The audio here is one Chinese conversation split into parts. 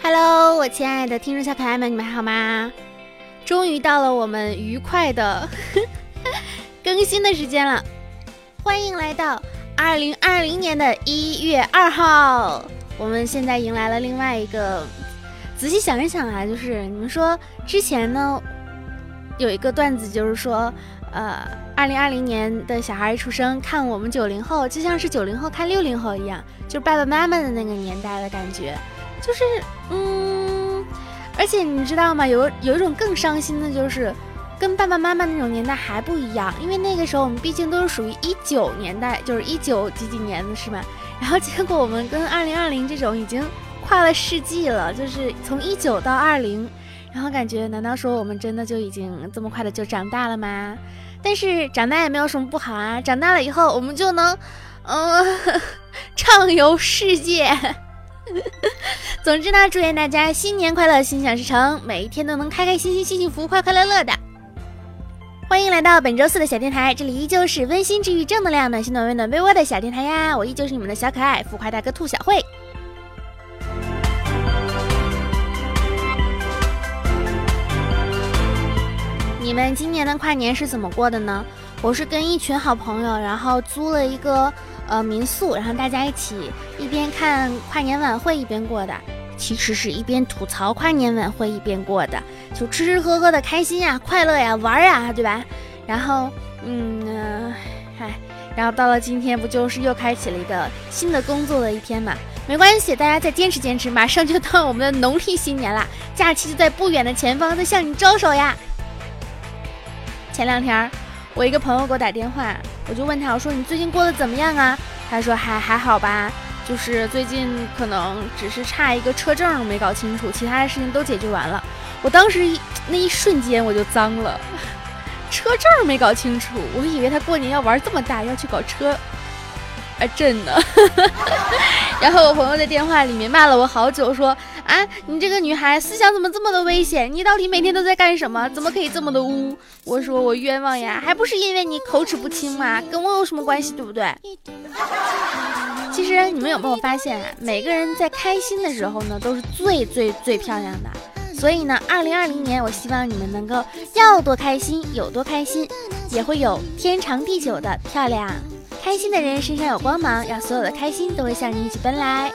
Hello， 我亲爱的听众小可爱们，你们还好吗？终于到了我们愉快的更新的时间了，欢迎来到2020年的1月2号。我们现在迎来了另外一个，仔细想一想啊，就是你们说之前呢，有一个段子，就是说2020年的小孩一出生，看我们90后就像是90后看60后一样，就是爸爸妈妈的那个年代的感觉，就是而且你知道吗，有一种更伤心的，就是跟爸爸妈妈那种年代还不一样，因为那个时候我们毕竟都是属于19年代，就是19几年的是吧？然后结果我们跟2020这种已经跨了世纪了，就是从19到20，然后感觉难道说我们真的就已经这么快的就长大了吗？但是长大也没有什么不好啊，长大了以后我们就能畅游世界。总之呢，祝愿大家新年快乐，心想事成，每一天都能开开心心，幸幸福福，快快乐乐的。欢迎来到本周四的小电台，这里依旧是温馨治愈正能量暖心暖胃暖被窝的小电台呀，我依旧是你们的小可爱浮夸大哥兔小慧。你们今年的跨年是怎么过的呢？我是跟一群好朋友，然后租了一个民宿，然后大家一起一边看跨年晚会一边过的，其实是一边吐槽跨年晚会一边过的，就吃吃喝喝的开心呀、快乐呀、玩呀，对吧？然后然后到了今天，不就是又开启了一个新的工作的一天嘛？没关系，大家再坚持坚持，马上就到我们的农历新年啦，假期就在不远的前方，在向你招手呀。前两天我一个朋友给我打电话，我就问他，我说你最近过得怎么样啊？他说还好吧，就是最近可能只是差一个车证没搞清楚，其他的事情都解决完了。我当时那一瞬间我就脏了，车证没搞清楚，我以为他过年要玩这么大，要去搞车证呢。然后我朋友在电话里面骂了我好久，说啊，你这个女孩思想怎么这么的危险？你到底每天都在干什么？怎么可以这么的污？我说我冤枉呀，还不是因为你口齿不清嘛，跟我有什么关系，对不对？其实你们有没有发现，每个人在开心的时候呢，都是最漂亮的。所以呢，2020年我希望你们能够要多开心有多开心，也会有天长地久的漂亮。开心的人身上有光芒，让所有的开心都会向你一起奔来。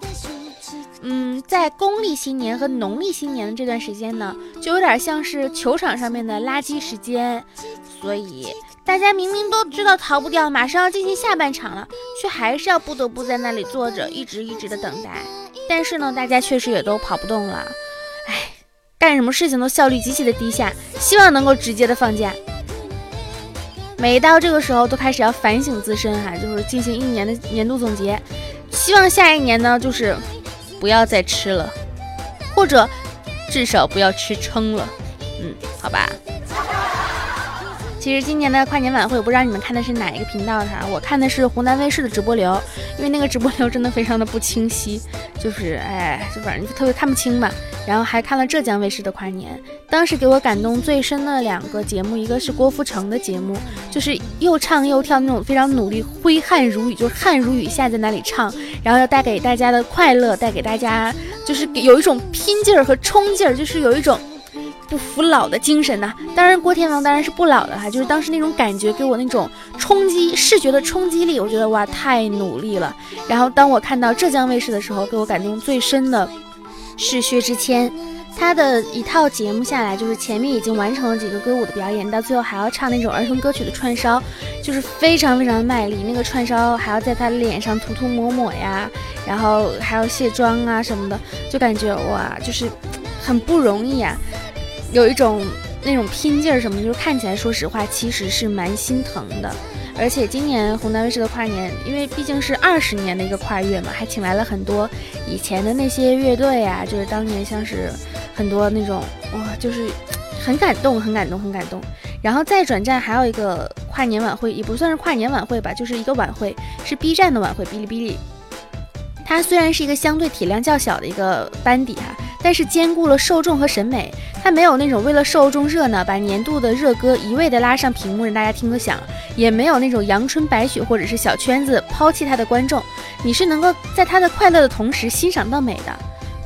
在公历新年和农历新年的这段时间呢，就有点像是球场上面的垃圾时间，所以大家明明都知道逃不掉，马上要进行下半场了，却还是要不得不在那里坐着，一直的等待。但是呢，大家确实也都跑不动了，干什么事情都效率极其的低下，希望能够直接的放假。每到这个时候都开始要反省自身就是进行一年的年度总结，希望下一年呢就是不要再吃了，或者至少不要吃撑了。好吧。其实今年的跨年晚会，我不知道你们看的是哪一个频道我看的是湖南卫视的直播流，因为那个直播流真的非常的不清晰，就是就反正就特别看不清嘛。然后还看了浙江卫视的跨年，当时给我感动最深的2个节目，一个是郭富城的节目，就是又唱又跳那种非常努力，挥汗如雨，就是汗如雨下在那里唱，然后要带给大家的快乐，带给大家就是有一种拼劲儿和冲劲儿，就是有一种不服老的精神呐。当然郭天王当然是不老的就是当时那种感觉给我那种冲击，视觉的冲击力，我觉得哇太努力了。然后当我看到浙江卫视的时候，给我感动最深的是薛之谦，他的一套节目下来，就是前面已经完成了几个歌舞的表演，到最后还要唱那种儿童歌曲的串烧，就是非常卖力，那个串烧还要在他的脸上涂抹呀，然后还要卸妆啊什么的，就感觉哇就是很不容易有一种那种拼劲儿什么，就是看起来说实话其实是蛮心疼的。而且今年湖南卫视的跨年，因为毕竟是20年的一个跨越嘛，还请来了很多以前的那些乐队就是当年像是很多那种就是很感动。然后再转战还有一个跨年晚会，也不算是跨年晚会吧，就是一个晚会，是 B 站的晚会，哔哩哔哩。它虽然是一个相对体量较小的一个班底但是兼顾了受众和审美，它没有那种为了受众热闹把年度的热歌一味的拉上屏幕让大家听得响，也没有那种阳春白雪或者是小圈子抛弃它的观众，你是能够在它的快乐的同时欣赏到美的。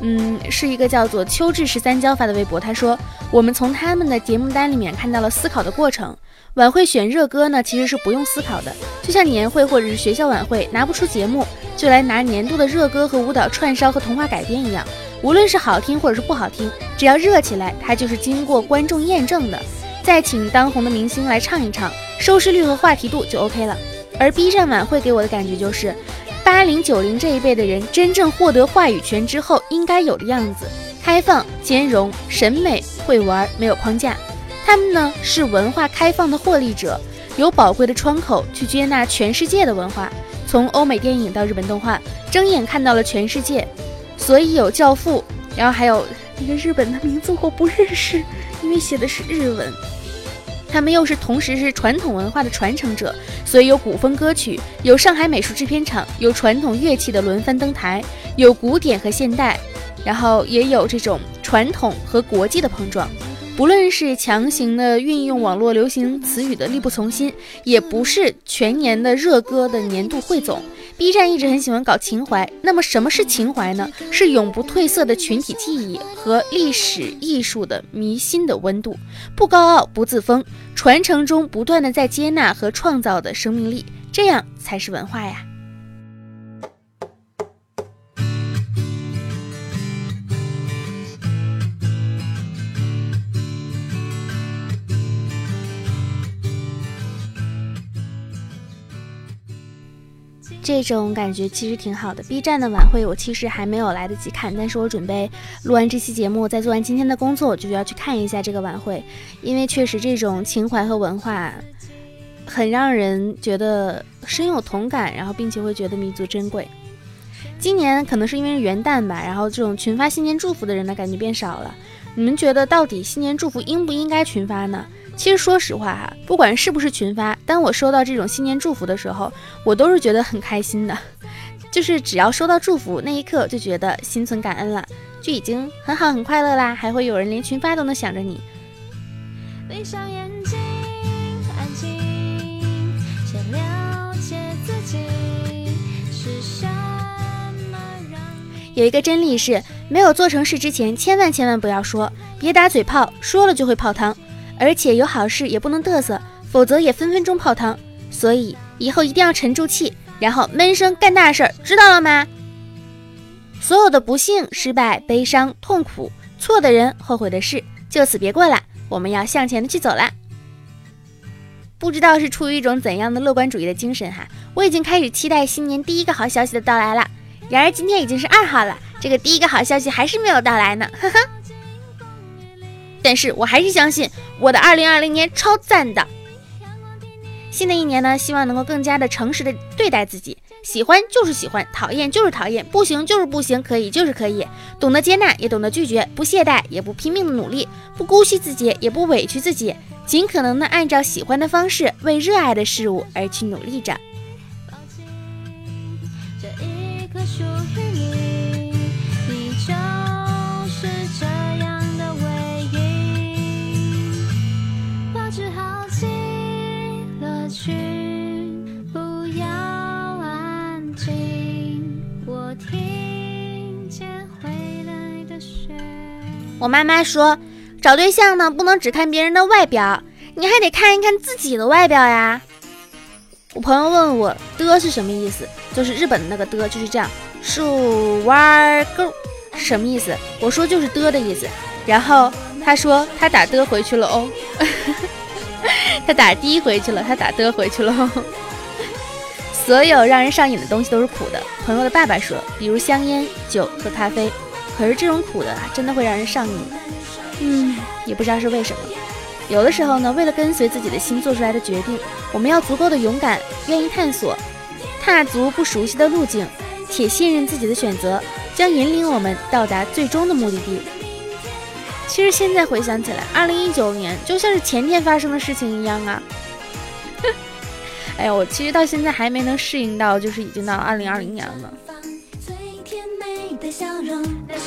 是一个叫做秋至13教法的微博，他说我们从他们的节目单里面看到了思考的过程。晚会选热歌呢，其实是不用思考的，就像年会或者是学校晚会拿不出节目，就来拿年度的热歌和舞蹈串烧和童话改编一样，无论是好听或者是不好听，只要热起来，它就是经过观众验证的，再请当红的明星来唱一唱，收视率和话题度就 OK 了。而 B 站晚会给我的感觉就是80、90这一辈的人真正获得话语权之后应该有的样子，开放、兼容、审美、会玩，没有框架。他们呢是文化开放的获利者，有宝贵的窗口去接纳全世界的文化，从欧美电影到日本动画，睁眼看到了全世界。所以有教父，然后还有那个日本的名字我不认识，因为写的是日文。他们又是同时是传统文化的传承者，所以有古风歌曲，有上海美术制片厂，有传统乐器的轮番登台，有古典和现代，然后也有这种传统和国际的碰撞。不论是强行的运用网络流行词语的力不从心，也不是全年的热歌的年度汇总。B 站一直很喜欢搞情怀，那么什么是情怀呢？是永不褪色的群体记忆和历史艺术的迷心的温度，不高傲不自封，传承中不断的在接纳和创造的生命力，这样才是文化呀。这种感觉其实挺好的。B 站的晚会我其实还没有来得及看，但是我准备录完这期节目，再做完今天的工作，我就要去看一下这个晚会，因为确实这种情怀和文化很让人觉得深有同感，然后并且会觉得弥足珍贵。今年可能是因为元旦吧，然后这种群发新年祝福的人的感觉变少了。你们觉得到底新年祝福应不应该群发呢？其实说实话哈，不管是不是群发，当我收到这种新年祝福的时候，我都是觉得很开心的，就是只要收到祝福那一刻就觉得心存感恩了，就已经很好很快乐啦，还会有人连群发都能想着你。闭上眼睛安静，先了解自己是什么让你。有一个真理是，没有做成事之前千万不要说，别打嘴炮，说了就会泡汤，而且有好事也不能嘚瑟，否则也分分钟泡汤。所以以后一定要沉住气，然后闷声干大事，知道了吗？所有的不幸、失败、悲伤、痛苦、错的人、后悔的事，就此别过了，我们要向前的去走啦。不知道是出于一种怎样的乐观主义的精神哈，我已经开始期待新年第一个好消息的到来了。然而今天已经是2号了，这个第一个好消息还是没有到来呢，呵呵。但是我还是相信我的2020年超赞的。新的一年呢，希望能够更加的诚实的对待自己，喜欢就是喜欢，讨厌就是讨厌，不行就是不行，可以就是可以，懂得接纳也懂得拒绝，不懈怠也不拼命的努力，不姑息自己也不委屈自己，尽可能的按照喜欢的方式为热爱的事物而去努力着。这一刻属于你，你就是这样的唯一，保持好奇乐趣，不要安静，我听见回来的雪。我妈妈说，找对象呢，不能只看别人的外表，你还得看一看自己的外表呀。我朋友问我的是什么意思，就是日本的那个的，就是这样树蛙钩，什么意思？我说就是的意思，然后他说他打的回去了哦他打的回去了，他打的回去了哦。所有让人上瘾的东西都是苦的，朋友的爸爸说，比如香烟、酒和咖啡，可是这种苦的啊，真的会让人上瘾。也不知道是为什么。有的时候呢，为了跟随自己的心做出来的决定，我们要足够的勇敢，愿意探索，踏足不熟悉的路径，且信任自己的选择，将引领我们到达最终的目的地。其实现在回想起来，2019年就像是前天发生的事情一样啊。哎呀，我其实到现在还没能适应到，就是已经到2020年了。最甜美的笑容，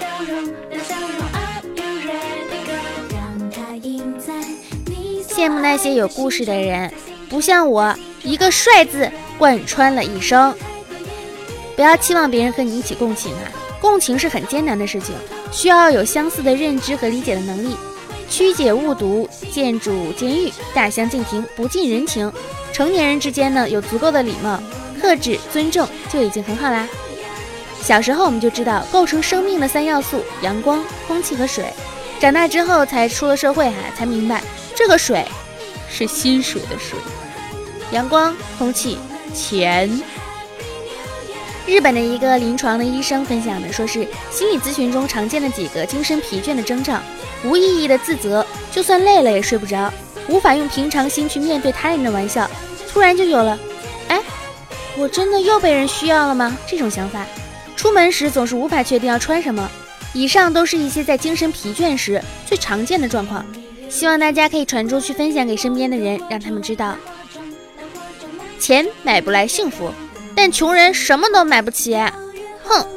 羡慕那些有故事的人，不像我一个帅字贯穿了一生。不要期望别人和你一起共情啊， 共情是很艰难的事情，需要有相似的认知和理解的能力。曲解误读，见主见欲，大相径庭，不近人情。成年人之间呢，有足够的礼貌、克制、尊重就已经很好啦。小时候我们就知道构成生命的3要素：阳光、空气和水。长大之后才出了社会才明白这个水是薪水的水，阳光、空气、钱。日本的一个临床的医生分享的，说是心理咨询中常见的几个精神疲倦的征兆：无意义的自责，就算累了也睡不着，无法用平常心去面对他人的玩笑，突然就有了我真的又被人需要了吗？这种想法。出门时总是无法确定要穿什么。以上都是一些在精神疲倦时最常见的状况，希望大家可以传出去，分享给身边的人，让他们知道，钱买不来幸福，但穷人什么都买不起。哼，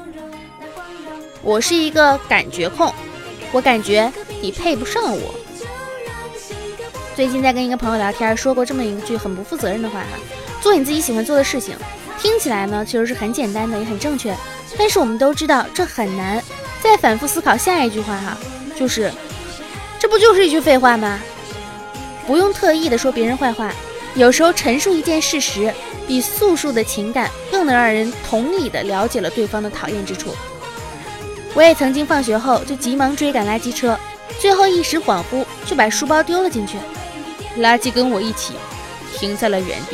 我是一个感觉控，我感觉你配不上我。最近在跟一个朋友聊天，说过这么一句很不负责任的话做你自己喜欢做的事情，听起来呢其实是很简单的，也很正确，但是我们都知道这很难。再反复思考下一句话就是这不就是一句废话吗？不用特意的说别人坏话，有时候陈述一件事实比诉说的情感更能让人同理的了解了对方的讨厌之处。我也曾经放学后就急忙追赶垃圾车，最后一时恍惚就把书包丢了进去，垃圾跟我一起停在了原地。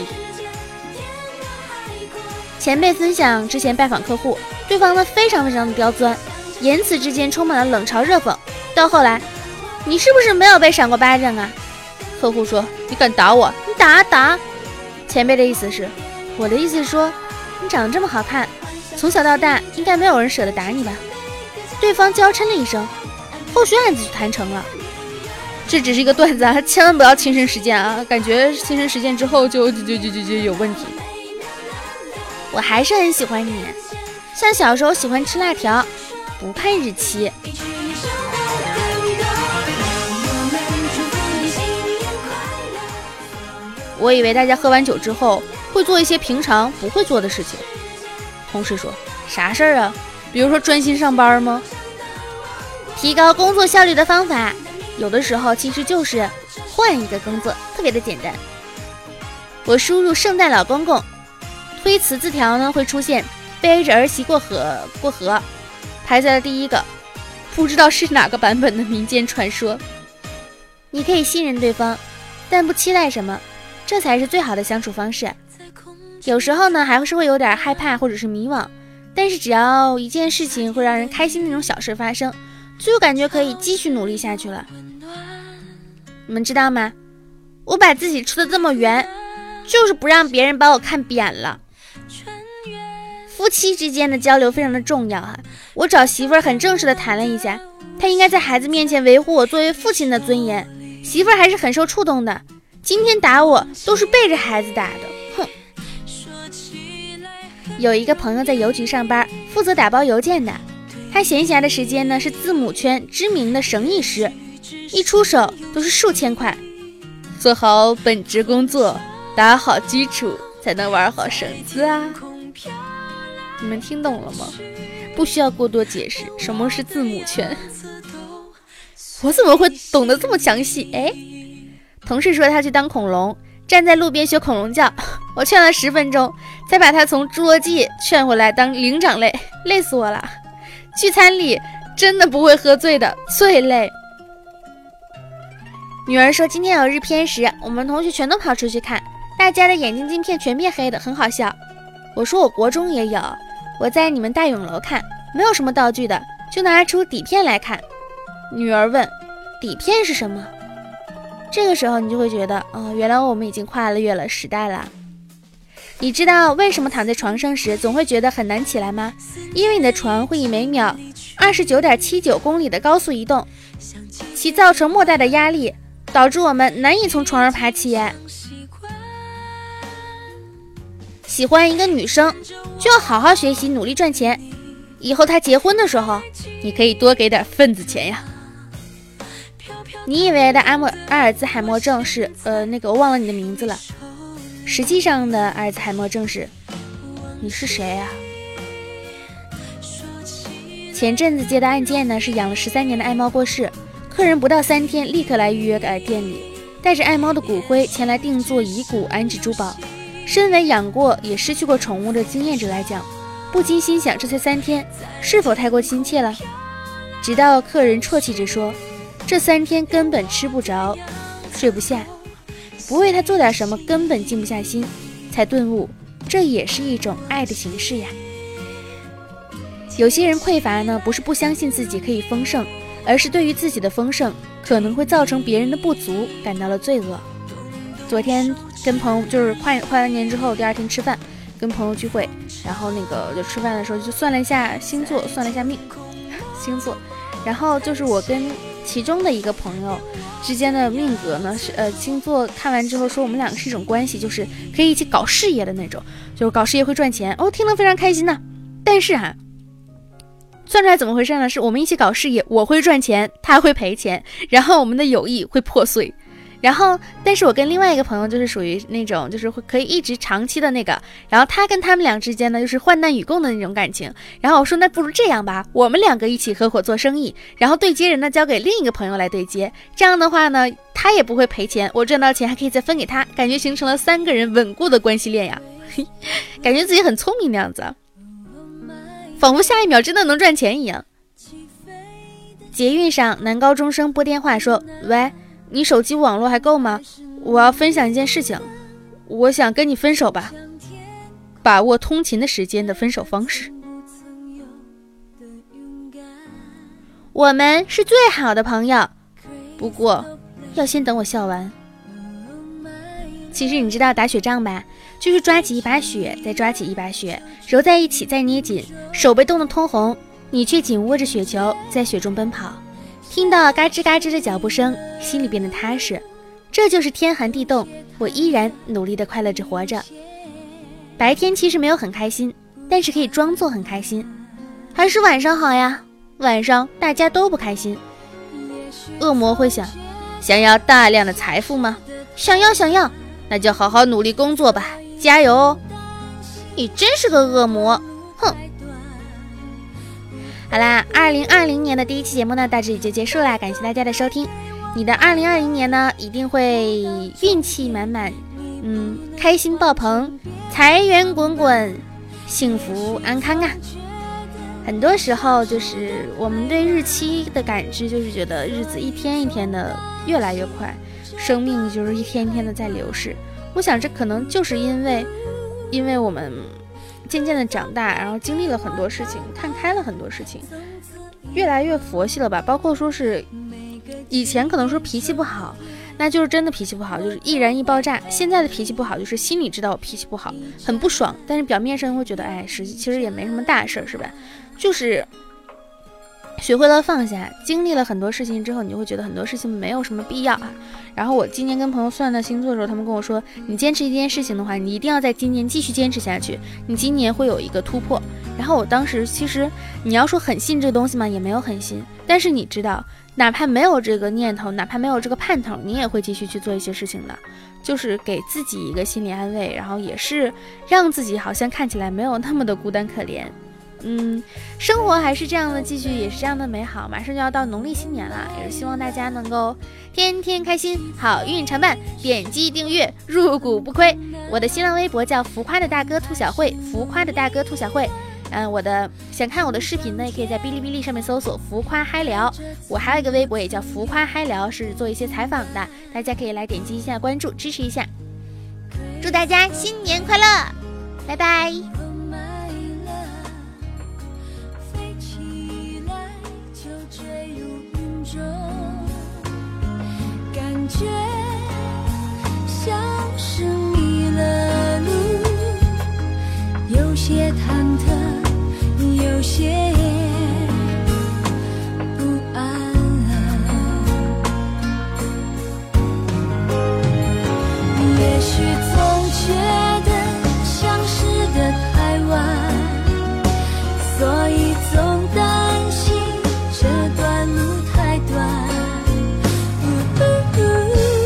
前辈分享之前拜访客户，对方呢非常的刁钻，言辞之间充满了冷嘲热讽，到后来，你是不是没有被闪过巴掌啊？客户说，你敢打我？你打。前辈的意思是，我的意思是说，你长得这么好看，从小到大应该没有人舍得打你吧？对方娇嗔了一声，后续案子就谈成了。这只是一个段子千万不要亲身实践感觉亲身实践之后就有问题。我还是很喜欢你，像小时候喜欢吃辣条，不看日期。我以为大家喝完酒之后会做一些平常不会做的事情。同事说，啥事儿比如说专心上班吗？提高工作效率的方法，有的时候其实就是换一个工作，特别的简单。我输入圣诞老公公，推词字条呢会出现背着儿媳过河，排在了第一个，不知道是哪个版本的民间传说。你可以信任对方，但不期待什么，这才是最好的相处方式。有时候呢还是会有点害怕或者是迷惘，但是只要一件事情会让人开心的那种小事发生，就感觉可以继续努力下去了。你们知道吗？我把自己吃得这么圆，就是不让别人把我看扁了。夫妻之间的交流非常的重要我找媳妇儿很正式的谈了一下，他应该在孩子面前维护我作为父亲的尊严。媳妇儿还是很受触动的，今天打我都是背着孩子打的。哼。有一个朋友在邮局上班，负责打包邮件的，他闲暇的时间呢是字母圈知名的绳艺师，一出手都是数千块。做好本职工作，打好基础，才能玩好绳子你们听懂了吗？不需要过多解释什么是字母圈。我怎么会懂得这么详细？同事说他去当恐龙，站在路边学恐龙叫，我劝了10分钟才把他从侏罗纪劝回来当灵长类，累死我了。聚餐里真的不会喝醉的，最累。女儿说今天有日偏食，我们同学全都跑出去看，大家的眼睛镜片全变黑的，很好笑。我说我国中也有，我在你们大勇楼看，没有什么道具的，就拿出底片来看。女儿问底片是什么？这个时候你就会觉得原来我们已经跨越了时代了。你知道为什么躺在床上时总会觉得很难起来吗？因为你的床会以每秒 29.79 公里的高速移动，其造成莫大的压力，导致我们难以从床上爬起。喜欢一个女生就要好好学习，努力赚钱，以后她结婚的时候你可以多给点份子钱呀。你以为的阿尔兹海默症是我忘了你的名字了，实际上的阿尔兹海默症是你是谁前阵子接的案件呢，是养了13年的爱猫过世，客人不到3天立刻来预约来店里，带着爱猫的骨灰前来定做遗骨安置珠宝。身为养过也失去过宠物的经验者来讲，不禁心想，这才3天，是否太过亲切了？直到客人啜泣着说，这3天根本吃不着睡不下，不为他做点什么根本静不下心，才顿悟，这也是一种爱的形式呀。有些人匮乏呢，不是不相信自己可以丰盛，而是对于自己的丰盛可能会造成别人的不足感到了罪恶。昨天跟朋友就是跨完年之后第2天吃饭，跟朋友聚会，然后就吃饭的时候就算了一下星座，算了一下星座，然后就是我跟其中的一个朋友之间的命格呢是星座看完之后说我们两个是一种关系，就是可以一起搞事业的那种，就是搞事业会赚钱哦，听了非常开心呢。但是算出来怎么回事呢？是我们一起搞事业，我会赚钱，他会赔钱，然后我们的友谊会破碎。然后但是我跟另外一个朋友就是属于那种就是会可以一直长期的那个，然后他跟他们俩之间呢就是患难与共的那种感情。然后我说那不如这样吧，我们2个一起合伙做生意，然后对接人呢交给另一个朋友来对接，这样的话呢他也不会赔钱，我赚到钱还可以再分给他，感觉形成了3个人稳固的关系链呀。感觉自己很聪明的样子，仿佛下一秒真的能赚钱一样。捷运上男高中生拨电话说，喂，你手机网络还够吗？我要分享一件事情，我想跟你分手吧。把握通勤的时间的分手方式。我们是最好的朋友，不过要先等我笑完。其实你知道打雪仗吧？就是抓起一把雪，再抓起一把雪，揉在一起，再捏紧，手被冻得通红，你却紧握着雪球在雪中奔跑，听到嘎吱嘎吱的脚步声，心里变得踏实。这就是天寒地冻，我依然努力地快乐着活着。白天其实没有很开心，但是可以装作很开心。还是晚上好呀，晚上大家都不开心。恶魔会想要大量的财富吗？想要，那就好好努力工作吧，加油哦。你真是个恶魔，哼。好啦，2020年的第1期节目呢到这里就结束啦，感谢大家的收听。你的2020年呢一定会运气满满，开心爆棚，财源滚滚，幸福安康啊。很多时候就是我们对日期的感知，就是觉得日子一天一天的越来越快，生命就是一天一天的在流逝。我想这可能就是因为我们渐渐的长大，然后经历了很多事情，看开了很多事情，越来越佛系了吧。包括说是以前可能说脾气不好，那就是真的脾气不好，就是易燃易爆炸。现在的脾气不好，就是心里知道我脾气不好，很不爽，但是表面上会觉得其实也没什么大事，是吧？就是学会了放下，经历了很多事情之后，你就会觉得很多事情没有什么必要啊。然后我今年跟朋友算的星座的时候，他们跟我说，你坚持一件事情的话，你一定要在今年继续坚持下去，你今年会有一个突破。然后我当时其实你要说很信这个东西嘛，也没有很信，但是你知道哪怕没有这个念头，哪怕没有这个盼头，你也会继续去做一些事情的，就是给自己一个心理安慰，然后也是让自己好像看起来没有那么的孤单可怜。生活还是这样的继续，也是这样的美好。马上就要到农历新年了，也是希望大家能够天天开心，好运常伴，点击订阅，入股不亏。我的新浪微博叫浮夸的大哥兔小慧，浮夸的大哥兔小慧。想看我的视频呢，也可以在哔哩哔哩上面搜索浮夸嗨聊。我还有一个微博也叫浮夸嗨聊，是做一些采访的，大家可以来点击一下关注，支持一下。祝大家新年快乐，拜拜。 感觉像是迷了路，有些忐忑，有些不安。也许总觉得像是的太晚，所以总担心这段路太短。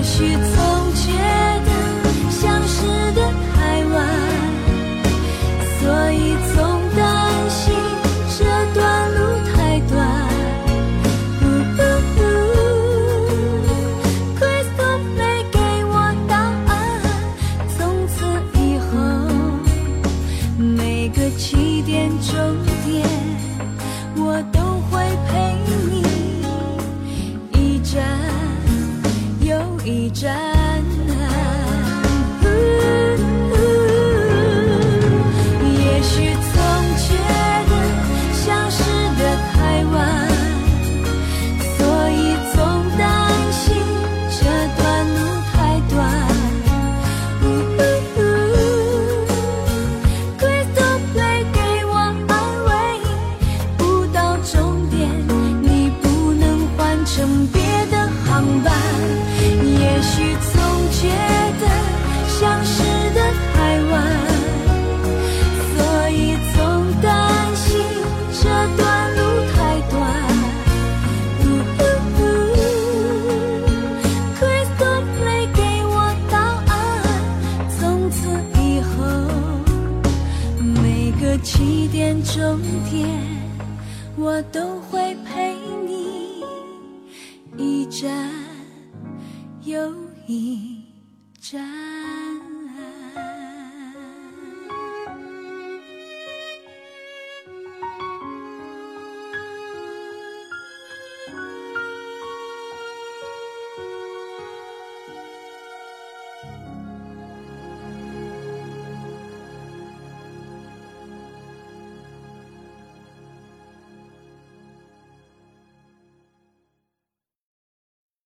许总觉得像是的太晚，所以总担心这段路太短。Crystal Play 给我答案，从此以后每个起点终点我都会陪你，一站又一站。也许总觉得像是的太晚，所以总担心这段路太短。Crystal Play 给我安慰，不到终点你不能换成别的航班。也许总觉得像是的太晚，所以总担心这段路太短。Crystal Play 给我答案，从此以后每个起点终点我都会陪你，一站又一站。